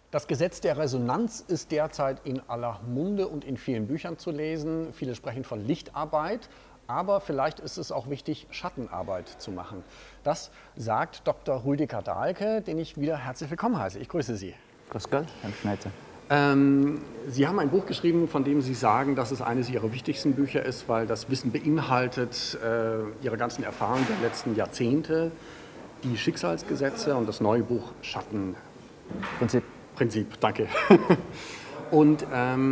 Das Gesetz der Resonanz ist derzeit in aller Munde und in vielen Büchern zu lesen. Viele sprechen von Lichtarbeit, aber vielleicht ist es auch wichtig, Schattenarbeit zu machen. Das sagt Dr. Rüdiger Dahlke, den ich wieder herzlich willkommen heiße. Ich grüße Sie. Grüß Gott, Herr Schneiter. Sie haben ein Buch geschrieben, von dem Sie sagen, dass es eines Ihrer wichtigsten Bücher ist, weil das Wissen beinhaltet Ihre ganzen Erfahrungen der letzten Jahrzehnte, die Schicksalsgesetze und das neue Buch Schattenprinzip, danke. Und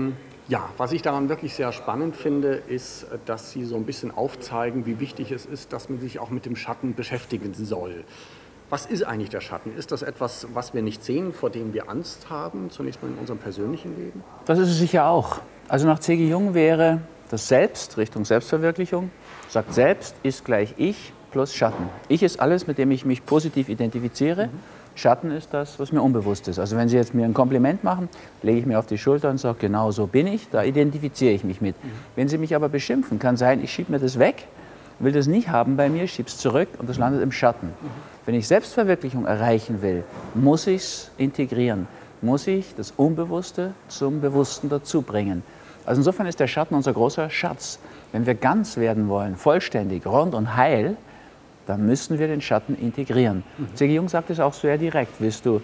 was ich daran wirklich sehr spannend finde, ist, dass Sie so ein bisschen aufzeigen, wie wichtig es ist, dass man sich auch mit dem Schatten beschäftigen soll. Was ist eigentlich der Schatten? Ist das etwas, was wir nicht sehen, vor dem wir Angst haben, zunächst mal in unserem persönlichen Leben? Das ist es sicher auch. Also nach C.G. Jung wäre das Selbst, Richtung Selbstverwirklichung, sagt Selbst ist gleich Ich plus Schatten. Ich ist alles, mit dem ich mich positiv identifiziere. Schatten ist das, was mir unbewusst ist. Also wenn Sie jetzt mir ein Kompliment machen, lege ich mir auf die Schulter und sage, genau so bin ich, da identifiziere ich mich mit. Wenn Sie mich aber beschimpfen, kann sein, ich schiebe mir das weg, will das nicht haben bei mir, schiebe es zurück und das landet im Schatten. Wenn ich Selbstverwirklichung erreichen will, muss ich es integrieren, muss ich das Unbewusste zum Bewussten dazu bringen. Also insofern ist der Schatten unser großer Schatz. Wenn wir ganz werden wollen, vollständig, rund und heil, dann müssen wir den Schatten integrieren. C.G. Jung sagt es auch sehr direkt, willst du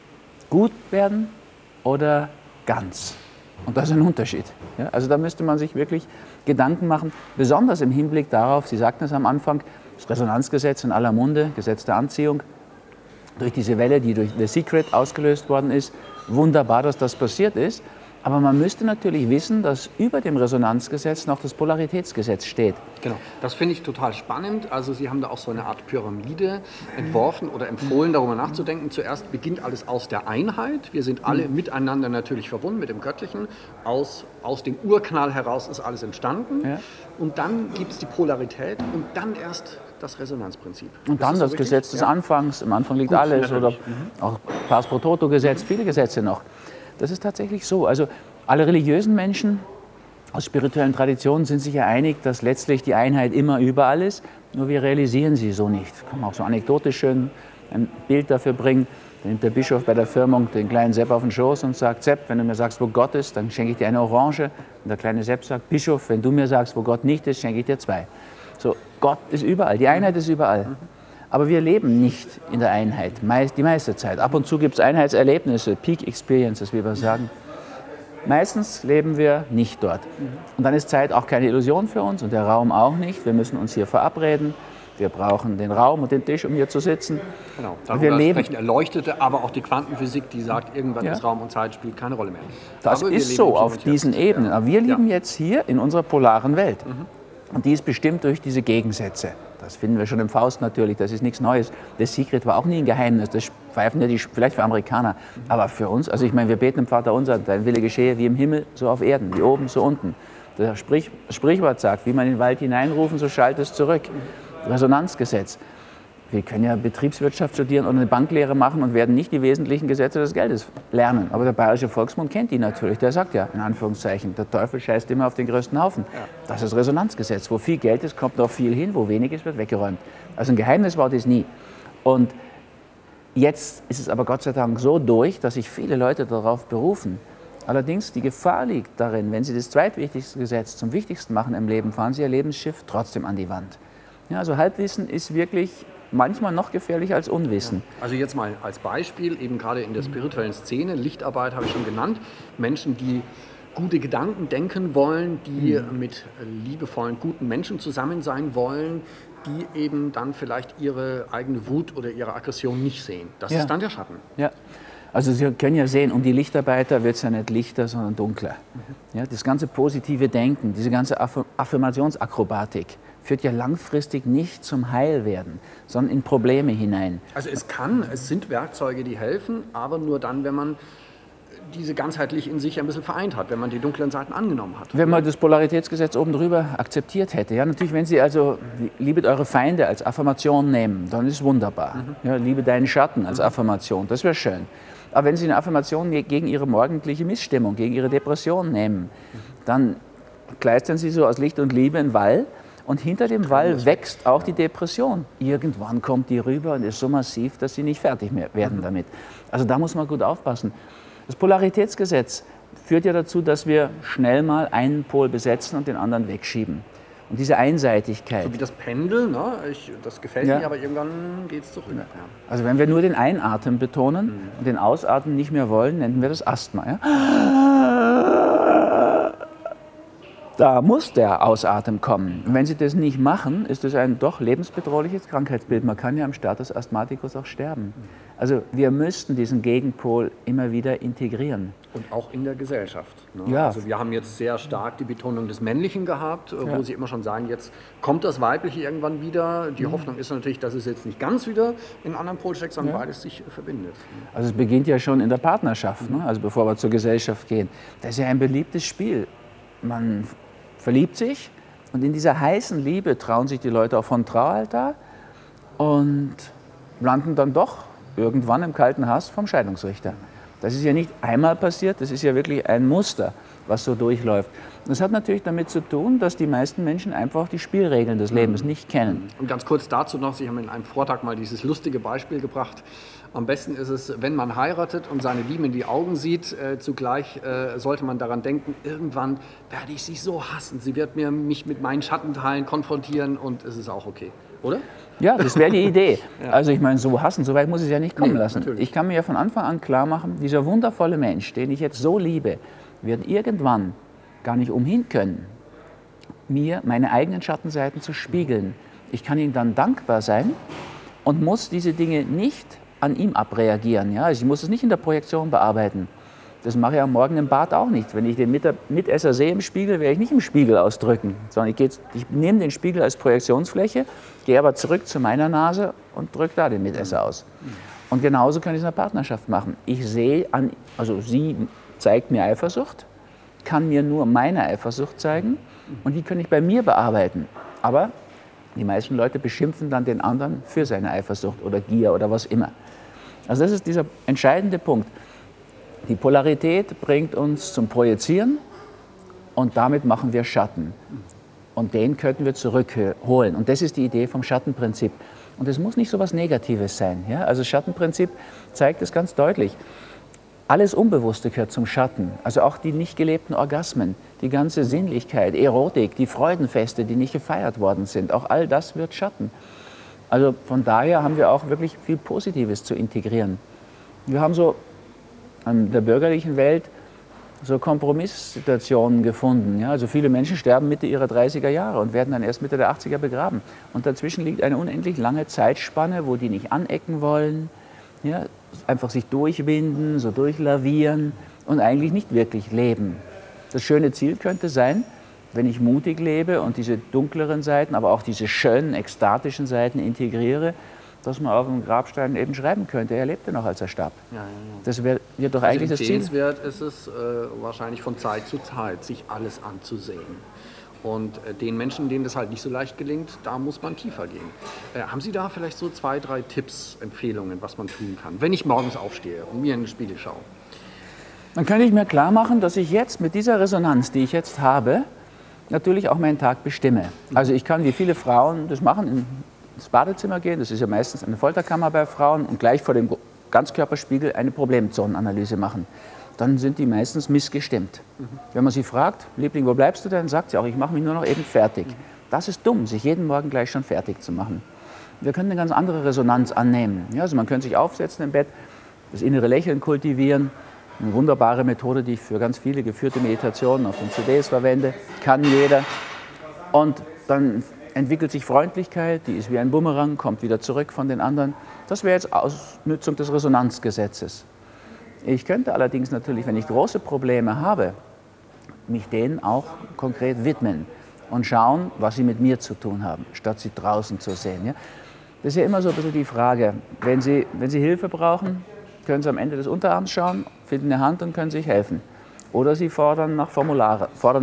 gut werden oder ganz? Und das ist ein Unterschied. Ja, also da müsste man sich wirklich Gedanken machen, besonders im Hinblick darauf, Sie sagten es am Anfang, das Resonanzgesetz in aller Munde, Gesetz der Anziehung, durch diese Welle, die durch The Secret ausgelöst worden ist, wunderbar, dass das passiert ist. Aber man müsste natürlich wissen, dass über dem Resonanzgesetz noch das Polaritätsgesetz steht. Genau, das finde ich total spannend. Also Sie haben da auch so eine Art Pyramide entworfen oder empfohlen, darüber nachzudenken. Zuerst beginnt alles aus der Einheit. Wir sind alle miteinander natürlich verbunden mit dem Göttlichen. Aus dem Urknall heraus ist alles entstanden. Ja. Und dann gibt es die Polarität und dann erst das Resonanzprinzip. Und dann das Gesetz des Anfangs. Am Anfang liegt alles. Oder auch Pars pro Toto-Gesetz, viele Gesetze noch. Das ist tatsächlich so. Also alle religiösen Menschen aus spirituellen Traditionen sind sich ja einig, dass letztlich die Einheit immer überall ist. Nur wir realisieren sie so nicht. Kann man auch so anekdotisch schön ein Bild dafür bringen. Da nimmt der Bischof bei der Firmung den kleinen Sepp auf den Schoß und sagt, Sepp, wenn du mir sagst, wo Gott ist, dann schenke ich dir eine Orange. Und der kleine Sepp sagt, Bischof, wenn du mir sagst, wo Gott nicht ist, schenke ich dir 2. So, Gott ist überall, die Einheit ist überall. Aber wir leben nicht in der Einheit, die meiste Zeit. Ab und zu gibt es Einheitserlebnisse, Peak Experiences, wie wir sagen. Meistens leben wir nicht dort. Und dann ist Zeit auch keine Illusion für uns und der Raum auch nicht. Wir müssen uns hier verabreden. Wir brauchen den Raum und den Tisch, um hier zu sitzen. Genau, darüber sprechen Erleuchtete, aber auch die Quantenphysik, die sagt, irgendwann ist Raum und Zeit, spielt keine Rolle mehr. Das ist so auf diesen Ebenen. Aber wir leben jetzt hier in unserer polaren Welt. Und die ist bestimmt durch diese Gegensätze. Das finden wir schon im Faust natürlich, das ist nichts Neues. The Secret war auch nie ein Geheimnis, das pfeifen ja vielleicht für Amerikaner. Aber für uns, also ich meine, wir beten im Vater unser, dein Wille geschehe wie im Himmel, so auf Erden, wie oben, so unten. Das Sprichwort sagt, wie man in den Wald hineinrufen, so schallt es zurück. Resonanzgesetz. Wir können ja Betriebswirtschaft studieren oder eine Banklehre machen und werden nicht die wesentlichen Gesetze des Geldes lernen. Aber der bayerische Volksmund kennt die natürlich. Der sagt ja, in Anführungszeichen, der Teufel scheißt immer auf den größten Haufen. Ja. Das ist Resonanzgesetz. Wo viel Geld ist, kommt noch viel hin. Wo wenig ist, wird weggeräumt. Also ein Geheimniswort ist nie. Und jetzt ist es aber Gott sei Dank so durch, dass sich viele Leute darauf berufen. Allerdings die Gefahr liegt darin, wenn sie das zweitwichtigste Gesetz zum wichtigsten machen im Leben, fahren sie ihr Lebensschiff trotzdem an die Wand. Ja, also Halbwissen ist wirklich manchmal noch gefährlicher als Unwissen. Also jetzt mal als Beispiel, eben gerade in der spirituellen Szene, Lichtarbeit habe ich schon genannt, Menschen, die gute Gedanken denken wollen, die mit liebevollen, guten Menschen zusammen sein wollen, die eben dann vielleicht ihre eigene Wut oder ihre Aggression nicht sehen. Das ist dann der Schatten. Ja. Also Sie können ja sehen, um die Lichtarbeiter wird es ja nicht lichter, sondern dunkler. Ja, das ganze positive Denken, diese ganze Affirmationsakrobatik führt ja langfristig nicht zum Heilwerden, sondern in Probleme hinein. Also es sind Werkzeuge, die helfen, aber nur dann, wenn man diese ganzheitlich in sich ein bisschen vereint hat, wenn man die dunklen Seiten angenommen hat. Wenn man das Polaritätsgesetz oben drüber akzeptiert hätte. Ja, natürlich, wenn Sie also liebet eure Feinde als Affirmation nehmen, dann ist es wunderbar. Ja, liebe deinen Schatten als Affirmation, das wäre schön. Aber wenn Sie eine Affirmation gegen Ihre morgendliche Missstimmung, gegen Ihre Depression nehmen, dann kleistern Sie so aus Licht und Liebe einen Wall. Und hinter dem Wall wächst auch die Depression. Irgendwann kommt die rüber und ist so massiv, dass Sie nicht fertig mehr werden damit. Also da muss man gut aufpassen. Das Polaritätsgesetz führt ja dazu, dass wir schnell mal einen Pol besetzen und den anderen wegschieben. Und diese Einseitigkeit. So wie das Pendel, ne? Das gefällt mir, aber irgendwann geht es zurück. Ja. Also wenn wir nur den Einatmen betonen und den Ausatmen nicht mehr wollen, nennen wir das Asthma. Ja? Da muss der Ausatmen kommen. Und wenn Sie das nicht machen, ist das ein doch lebensbedrohliches Krankheitsbild. Man kann ja am Status Asthmaticus auch sterben. Also wir müssten diesen Gegenpol immer wieder integrieren. Und auch in der Gesellschaft. Ne? Ja. Also wir haben jetzt sehr stark die Betonung des Männlichen gehabt, wo Sie immer schon sagen, jetzt kommt das Weibliche irgendwann wieder. Die Hoffnung ist natürlich, dass es jetzt nicht ganz wieder in einen anderen Pol steckt, sondern beides sich verbindet. Also es beginnt ja schon in der Partnerschaft, ne? Also bevor wir zur Gesellschaft gehen. Das ist ja ein beliebtes Spiel. Man verliebt sich und in dieser heißen Liebe trauen sich die Leute auch von Traualtar und landen dann doch irgendwann im kalten Hass vom Scheidungsrichter. Das ist ja nicht einmal passiert, das ist ja wirklich ein Muster, was so durchläuft. Das hat natürlich damit zu tun, dass die meisten Menschen einfach die Spielregeln des Lebens nicht kennen. Und ganz kurz dazu noch, Sie haben in einem Vortrag mal dieses lustige Beispiel gebracht. Am besten ist es, wenn man heiratet und seine Liebe in die Augen sieht, zugleich sollte man daran denken, irgendwann werde ich sie so hassen. Sie wird mich mit meinen Schattenteilen konfrontieren und es ist auch okay, oder? Ja, das wäre die Idee. Also ich meine, so hassen, so weit muss es ja nicht kommen lassen. Natürlich. Ich kann mir ja von Anfang an klar machen, dieser wundervolle Mensch, den ich jetzt so liebe, wird irgendwann gar nicht umhin können, mir meine eigenen Schattenseiten zu spiegeln. Ich kann ihm dann dankbar sein und muss diese Dinge nicht an ihm abreagieren. Ja? Also ich muss es nicht in der Projektion bearbeiten. Das mache ich am Morgen im Bad auch nicht. Wenn ich den Mitesser sehe im Spiegel, werde ich nicht im Spiegel ausdrücken, sondern ich nehme den Spiegel als Projektionsfläche, gehe aber zurück zu meiner Nase und drücke da den Mitesser aus. Und genauso kann ich es in der Partnerschaft machen. Ich sehe also sie zeigt mir Eifersucht, kann mir nur meine Eifersucht zeigen und die kann ich bei mir bearbeiten. Aber die meisten Leute beschimpfen dann den anderen für seine Eifersucht oder Gier oder was immer. Also das ist dieser entscheidende Punkt. Die Polarität bringt uns zum Projizieren und damit machen wir Schatten. Und den könnten wir zurückholen. Und das ist die Idee vom Schattenprinzip. Und es muss nicht so etwas Negatives sein. Ja? Also das Schattenprinzip zeigt es ganz deutlich. Alles Unbewusste gehört zum Schatten. Also auch die nicht gelebten Orgasmen, die ganze Sinnlichkeit, Erotik, die Freudenfeste, die nicht gefeiert worden sind. Auch all das wird Schatten. Also von daher haben wir auch wirklich viel Positives zu integrieren. Wir haben so in der bürgerlichen Welt so Kompromisssituationen gefunden. Ja, also viele Menschen sterben Mitte ihrer 30er Jahre und werden dann erst Mitte der 80er begraben. Und dazwischen liegt eine unendlich lange Zeitspanne, wo die nicht anecken wollen, ja, einfach sich durchwinden, so durchlavieren und eigentlich nicht wirklich leben. Das schöne Ziel könnte sein, wenn ich mutig lebe und diese dunkleren Seiten, aber auch diese schönen, ekstatischen Seiten integriere, dass man auf dem Grabstein eben schreiben könnte, er lebte noch, als er starb. Ja. Das wäre doch eigentlich das Ziel. Empfehlenswert ist es wahrscheinlich von Zeit zu Zeit, sich alles anzusehen. Und den Menschen, denen das halt nicht so leicht gelingt, da muss man tiefer gehen. Haben Sie da vielleicht so 2, 3 Tipps, Empfehlungen, was man tun kann, wenn ich morgens aufstehe und mir in den Spiegel schaue? Dann könnte ich mir klar machen, dass ich jetzt mit dieser Resonanz, die ich jetzt habe, natürlich auch meinen Tag bestimme. Also ich kann, wie viele Frauen das machen, ins Badezimmer gehen, das ist ja meistens eine Folterkammer bei Frauen, und gleich vor dem Ganzkörperspiegel eine Problemzonenanalyse machen. Dann sind die meistens missgestimmt. Wenn man sie fragt, Liebling, wo bleibst du denn, sagt sie auch, ich mache mich nur noch eben fertig. Das ist dumm, sich jeden Morgen gleich schon fertig zu machen. Wir können eine ganz andere Resonanz annehmen. Ja, also man könnte sich aufsetzen im Bett, das innere Lächeln kultivieren. Eine wunderbare Methode, die ich für ganz viele geführte Meditationen auf den CDs verwende. Kann jeder. Und dann entwickelt sich Freundlichkeit, die ist wie ein Bumerang, kommt wieder zurück von den anderen. Das wäre jetzt Ausnutzung des Resonanzgesetzes. Ich könnte allerdings natürlich, wenn ich große Probleme habe, mich denen auch konkret widmen und schauen, was sie mit mir zu tun haben, statt sie draußen zu sehen. Ja? Das ist ja immer so ein bisschen die Frage, wenn Sie Hilfe brauchen, können Sie am Ende des Unterarms schauen, finden eine Hand und können sich helfen. Oder Sie fordern Formulare.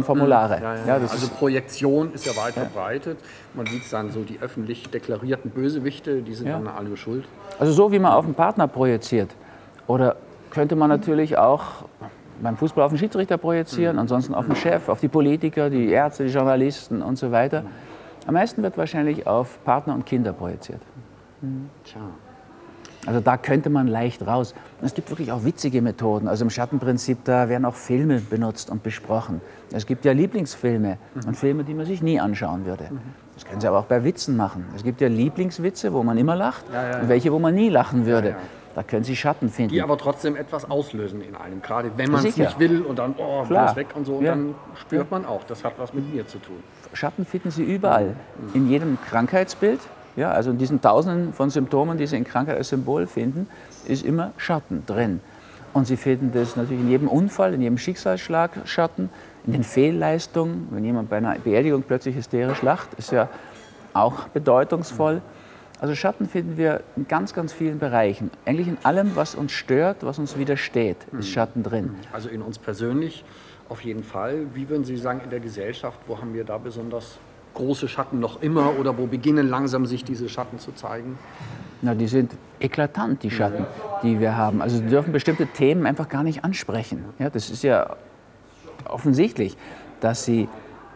Ja, also Projektion ist ja weit verbreitet. Man sieht dann so, die öffentlich deklarierten Bösewichte, die sind dann alle schuld. Also so wie man auf einen Partner projiziert. Oder könnte man natürlich auch beim Fußball auf den Schiedsrichter projizieren, ansonsten auf den Chef, auf die Politiker, die Ärzte, die Journalisten und so weiter. Am meisten wird wahrscheinlich auf Partner und Kinder projiziert. Tja. Also da könnte man leicht raus. Und es gibt wirklich auch witzige Methoden. Also im Schattenprinzip, da werden auch Filme benutzt und besprochen. Es gibt ja Lieblingsfilme und Filme, die man sich nie anschauen würde. Das können Sie aber auch bei Witzen machen. Es gibt ja Lieblingswitze, wo man immer lacht und welche, wo man nie lachen würde. Da können Sie Schatten finden. Die aber trotzdem etwas auslösen in einem. Gerade wenn man es nicht will und dann, bloß weg und so, dann spürt man auch, das hat was mit mir zu tun. Schatten finden Sie überall. In jedem Krankheitsbild. Ja, also in diesen Tausenden von Symptomen, die Sie in Krankheit als Symbol finden, ist immer Schatten drin. Und Sie finden das natürlich in jedem Unfall, in jedem Schicksalsschlag Schatten, in den Fehlleistungen. Wenn jemand bei einer Beerdigung plötzlich hysterisch lacht, ist ja auch bedeutungsvoll. Also Schatten finden wir in ganz, ganz vielen Bereichen. Eigentlich in allem, was uns stört, was uns widersteht, ist Schatten drin. Also in uns persönlich auf jeden Fall. Wie würden Sie sagen, in der Gesellschaft, wo haben wir da besonders große Schatten noch immer oder wo beginnen langsam sich diese Schatten zu zeigen? Na, die sind eklatant, die Schatten, die wir haben. Also sie dürfen bestimmte Themen einfach gar nicht ansprechen. Ja, das ist ja offensichtlich, dass sie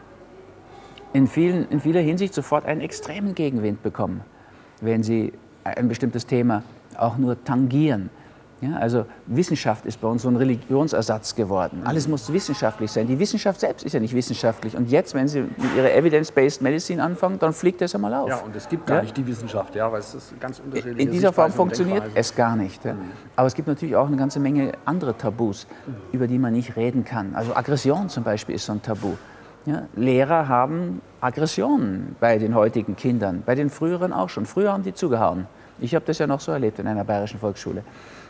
in vieler Hinsicht sofort einen extremen Gegenwind bekommen, wenn sie ein bestimmtes Thema auch nur tangieren. Ja, also Wissenschaft ist bei uns so ein Religionsersatz geworden. Alles muss wissenschaftlich sein. Die Wissenschaft selbst ist ja nicht wissenschaftlich. Und jetzt, wenn Sie mit Ihrer Evidence-Based Medicine anfangen, dann fliegt das einmal auf. Ja, und es gibt gar nicht die Wissenschaft, ja, weil es ist ganz unterschiedlich. In dieser Form funktioniert es gar nicht. Ja. Aber es gibt natürlich auch eine ganze Menge andere Tabus, über die man nicht reden kann. Also Aggression zum Beispiel ist so ein Tabu. Ja, Lehrer haben Aggressionen bei den heutigen Kindern, bei den früheren auch schon. Früher haben die zugehauen. Ich habe das ja noch so erlebt in einer bayerischen Volksschule.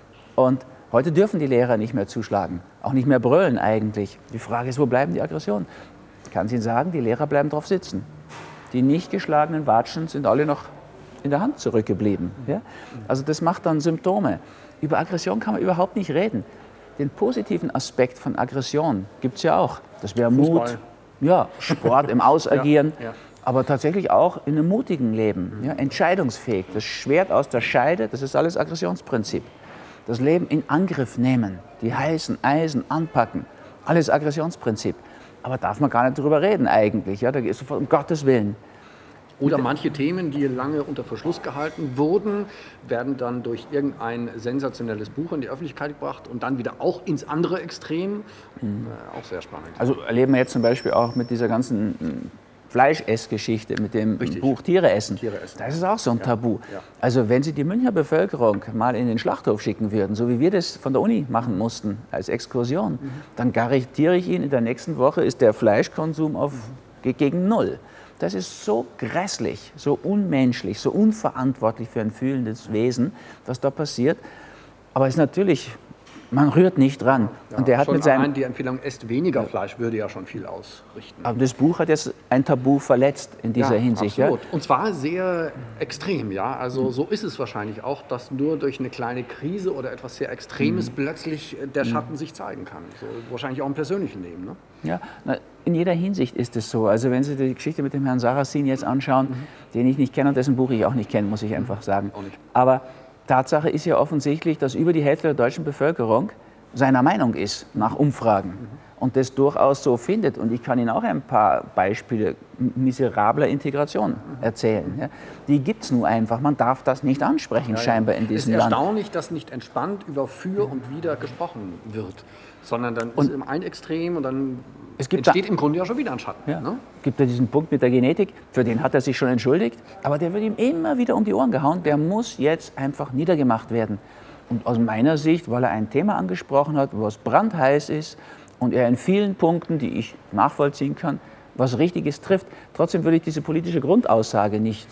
Und heute dürfen die Lehrer nicht mehr zuschlagen, auch nicht mehr brüllen eigentlich. Die Frage ist, wo bleiben die Aggressionen? Ich kann es Ihnen sagen, die Lehrer bleiben drauf sitzen. Die nicht geschlagenen Watschen sind alle noch in der Hand zurückgeblieben. Ja? Also das macht dann Symptome. Über Aggression kann man überhaupt nicht reden. Den positiven Aspekt von Aggression gibt es ja auch. Das wäre Mut, ja, Sport im Ausagieren, aber tatsächlich auch in einem mutigen Leben, ja, entscheidungsfähig. Das Schwert aus der Scheide, das ist alles Aggressionsprinzip. Das Leben in Angriff nehmen, die heißen Eisen anpacken, alles Aggressionsprinzip. Aber darf man gar nicht drüber reden eigentlich, ja, da ist sofort um Gottes Willen. Oder manche Themen, die lange unter Verschluss gehalten wurden, werden dann durch irgendein sensationelles Buch in die Öffentlichkeit gebracht und dann wieder auch ins andere Extrem. Auch sehr spannend. Also erleben wir jetzt zum Beispiel auch mit dieser ganzen Fleischessgeschichte, mit dem Buch Tiere essen. Das ist auch so ein Tabu. Ja. Also wenn Sie die Münchner Bevölkerung mal in den Schlachthof schicken würden, so wie wir das von der Uni machen mussten, als Exkursion, dann garantiere ich Ihnen, in der nächsten Woche ist der Fleischkonsum gegen null. Das ist so grässlich, so unmenschlich, so unverantwortlich für ein fühlendes Wesen, was da passiert. Aber es ist natürlich, man rührt nicht dran. Ja, und der hat mit seinem, die Empfehlung, esst weniger Fleisch, würde ja schon viel ausrichten. Aber das Buch hat jetzt ein Tabu verletzt in dieser Hinsicht. Absolut. Ja? Und zwar sehr extrem. Ja? Also so ist es wahrscheinlich auch, dass nur durch eine kleine Krise oder etwas sehr Extremes plötzlich der Schatten sich zeigen kann. So wahrscheinlich auch im persönlichen Leben. Ne? Ja, in jeder Hinsicht ist es so. Also wenn Sie die Geschichte mit dem Herrn Sarrazin jetzt anschauen, den ich nicht kenne und dessen Buch ich auch nicht kenne, muss ich einfach sagen. Auch nicht. Aber Tatsache ist ja offensichtlich, dass über die Hälfte der deutschen Bevölkerung seiner Meinung ist, nach Umfragen. Und das durchaus so findet. Und ich kann Ihnen auch ein paar Beispiele miserabler Integration erzählen. Ja. Die gibt es nun einfach. Man darf das nicht ansprechen, scheinbar in diesem Land. Es ist erstaunlich, dass nicht entspannt über Für und Wider gesprochen wird, sondern dann ist im einen Extrem und dann entsteht im Grunde ja schon wieder ein Schatten. Ja. Ne? Es gibt ja diesen Punkt mit der Genetik, für den hat er sich schon entschuldigt, aber der wird ihm immer wieder um die Ohren gehauen. Der muss jetzt einfach niedergemacht werden. Und aus meiner Sicht, weil er ein Thema angesprochen hat, was brandheiß ist und er in vielen Punkten, die ich nachvollziehen kann, was Richtiges trifft. Trotzdem würde ich diese politische Grundaussage nicht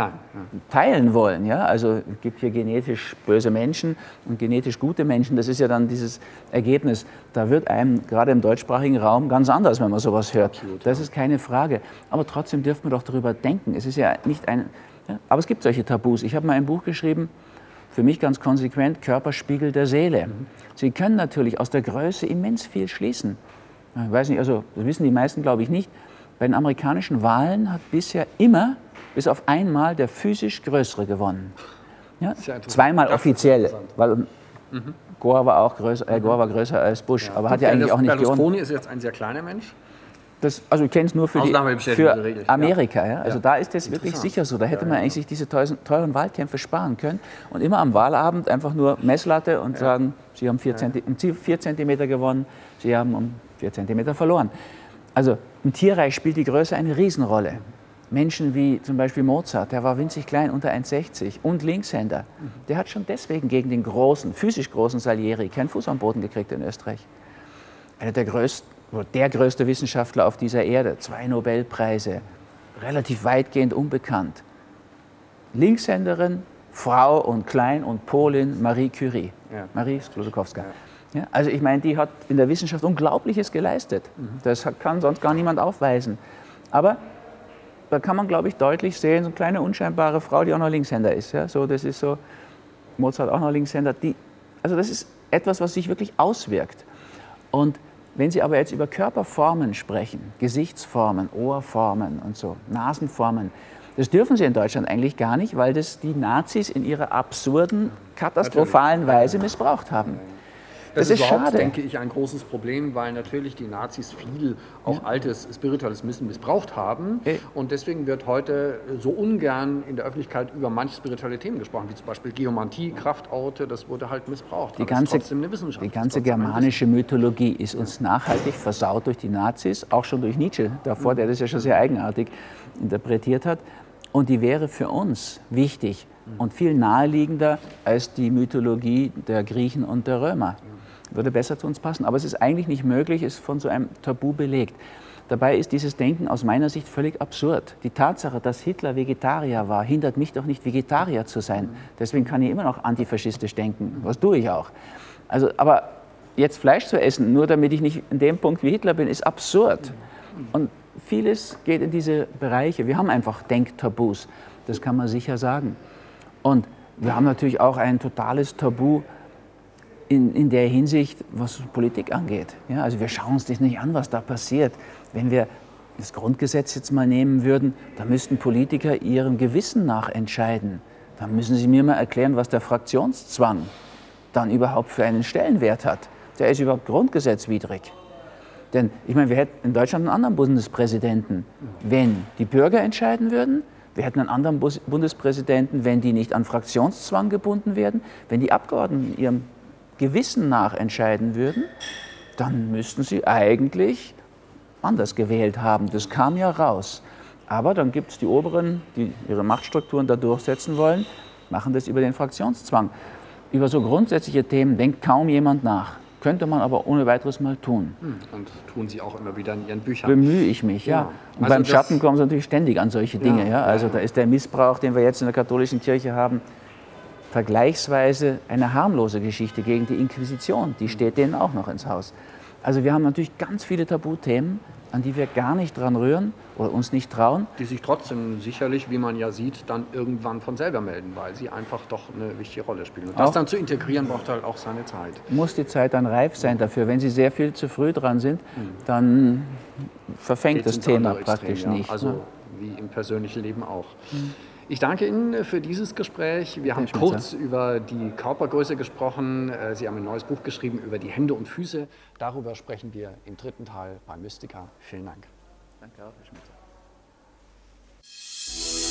teilen wollen. Ja? Also es gibt hier genetisch böse Menschen und genetisch gute Menschen. Das ist ja dann dieses Ergebnis. Da wird einem gerade im deutschsprachigen Raum ganz anders, wenn man sowas hört. Absolut, das ist keine Frage. Aber trotzdem dürfen wir doch darüber denken. Es ist ja nicht ein... Ja? Aber es gibt solche Tabus. Ich habe mal ein Buch geschrieben, für mich ganz konsequent, Körperspiegel der Seele. Sie können natürlich aus der Größe immens viel schließen. Ich weiß nicht, also das wissen die meisten, glaube ich, nicht. Bei den amerikanischen Wahlen hat bisher immer, bis auf einmal, der physisch Größere gewonnen. Ja? Zweimal offiziell, weil Gore war auch größer, Gore war größer als Bush, aber hat ja eigentlich auch nicht gewonnen. Berlusconi ist jetzt ein sehr kleiner Mensch. Also ich kenne es nur für Amerika. Ja? Also da ist es wirklich sicher so. Da hätte man eigentlich sich diese teuren Wahlkämpfe sparen können und immer am Wahlabend einfach nur Messlatte und sagen, Sie haben 4 Zentimeter gewonnen, Sie haben um 4 Zentimeter verloren. Also im Tierreich spielt die Größe eine Riesenrolle. Menschen wie zum Beispiel Mozart, der war winzig klein, unter 1,60 und Linkshänder. Der hat schon deswegen gegen den physisch großen Salieri keinen Fuß am Boden gekriegt in Österreich. Einer der größte Wissenschaftler auf dieser Erde, 2 Nobelpreise, relativ weitgehend unbekannt. Linkshänderin, Frau und klein und Polin, Marie Curie, Marie Sklodowska. Ja, also ich meine, die hat in der Wissenschaft Unglaubliches geleistet. Das kann sonst gar niemand aufweisen. Aber da kann man, glaube ich, deutlich sehen, so eine kleine unscheinbare Frau, die auch noch Linkshänder ist. Ja, so, das ist so, Mozart auch noch Linkshänder. Also das ist etwas, was sich wirklich auswirkt. Und wenn Sie aber jetzt über Körperformen sprechen, Gesichtsformen, Ohrformen und so, Nasenformen, das dürfen Sie in Deutschland eigentlich gar nicht, weil das die Nazis in ihrer absurden, katastrophalen Weise missbraucht haben. Das ist überhaupt, schade, denke ich, ein großes Problem, weil natürlich die Nazis viel auch altes spirituelles Wissen missbraucht haben. Und deswegen wird heute so ungern in der Öffentlichkeit über manche spirituelle Themen gesprochen, wie zum Beispiel Geomantie, Kraftorte, das wurde halt missbraucht. Die ganze germanische Mythologie ist uns nachhaltig versaut durch die Nazis, auch schon durch Nietzsche davor, der das ja schon sehr eigenartig interpretiert hat. Und die wäre für uns wichtig und viel naheliegender als die Mythologie der Griechen und der Römer. Würde besser zu uns passen. Aber es ist eigentlich nicht möglich, ist von so einem Tabu belegt. Dabei ist dieses Denken aus meiner Sicht völlig absurd. Die Tatsache, dass Hitler Vegetarier war, hindert mich doch nicht, Vegetarier zu sein. Deswegen kann ich immer noch antifaschistisch denken. Was tue ich auch. Also, aber jetzt Fleisch zu essen, nur damit ich nicht in dem Punkt wie Hitler bin, ist absurd. Und vieles geht in diese Bereiche. Wir haben einfach Denktabus. Das kann man sicher sagen. Und wir haben natürlich auch ein totales Tabu in der Hinsicht, was Politik angeht. Ja, also wir schauen uns das nicht an, was da passiert. Wenn wir das Grundgesetz jetzt mal nehmen würden, dann müssten Politiker ihrem Gewissen nach entscheiden. Dann müssen sie mir mal erklären, was der Fraktionszwang dann überhaupt für einen Stellenwert hat. Der ist überhaupt grundgesetzwidrig. Denn ich meine, wir hätten in Deutschland einen anderen Bundespräsidenten, wenn die Bürger entscheiden würden. Wir hätten einen anderen Bundespräsidenten, wenn die nicht an Fraktionszwang gebunden werden. Wenn die Abgeordneten ihrem Gewissen nach entscheiden würden, dann müssten sie eigentlich anders gewählt haben. Das kam ja raus. Aber dann gibt es die Oberen, die ihre Machtstrukturen da durchsetzen wollen, machen das über den Fraktionszwang. Über so grundsätzliche Themen denkt kaum jemand nach. Könnte man aber ohne weiteres mal tun. Und tun Sie auch immer wieder in Ihren Büchern. Bemühe ich mich, ja. Und also beim Schatten kommen Sie natürlich ständig an solche Dinge. Ja. Also da ist der Missbrauch, den wir jetzt in der katholischen Kirche haben, vergleichsweise eine harmlose Geschichte gegen die Inquisition. Die steht denen auch noch ins Haus. Also wir haben natürlich ganz viele Tabuthemen, an die wir gar nicht dran rühren oder uns nicht trauen. Die sich trotzdem sicherlich, wie man ja sieht, dann irgendwann von selber melden, weil sie einfach doch eine wichtige Rolle spielen. Und das dann zu integrieren, braucht halt auch seine Zeit. Muss die Zeit dann reif sein dafür. Wenn Sie sehr viel zu früh dran sind, dann verfängt das Thema praktisch nicht. Also wie im persönlichen Leben auch. Ich danke Ihnen für dieses Gespräch. Wir haben kurz über die Körpergröße gesprochen. Sie haben ein neues Buch geschrieben über die Hände und Füße. Darüber sprechen wir im 3. Teil bei Mystica. Vielen Dank. Danke auch, Herr Schmitzer.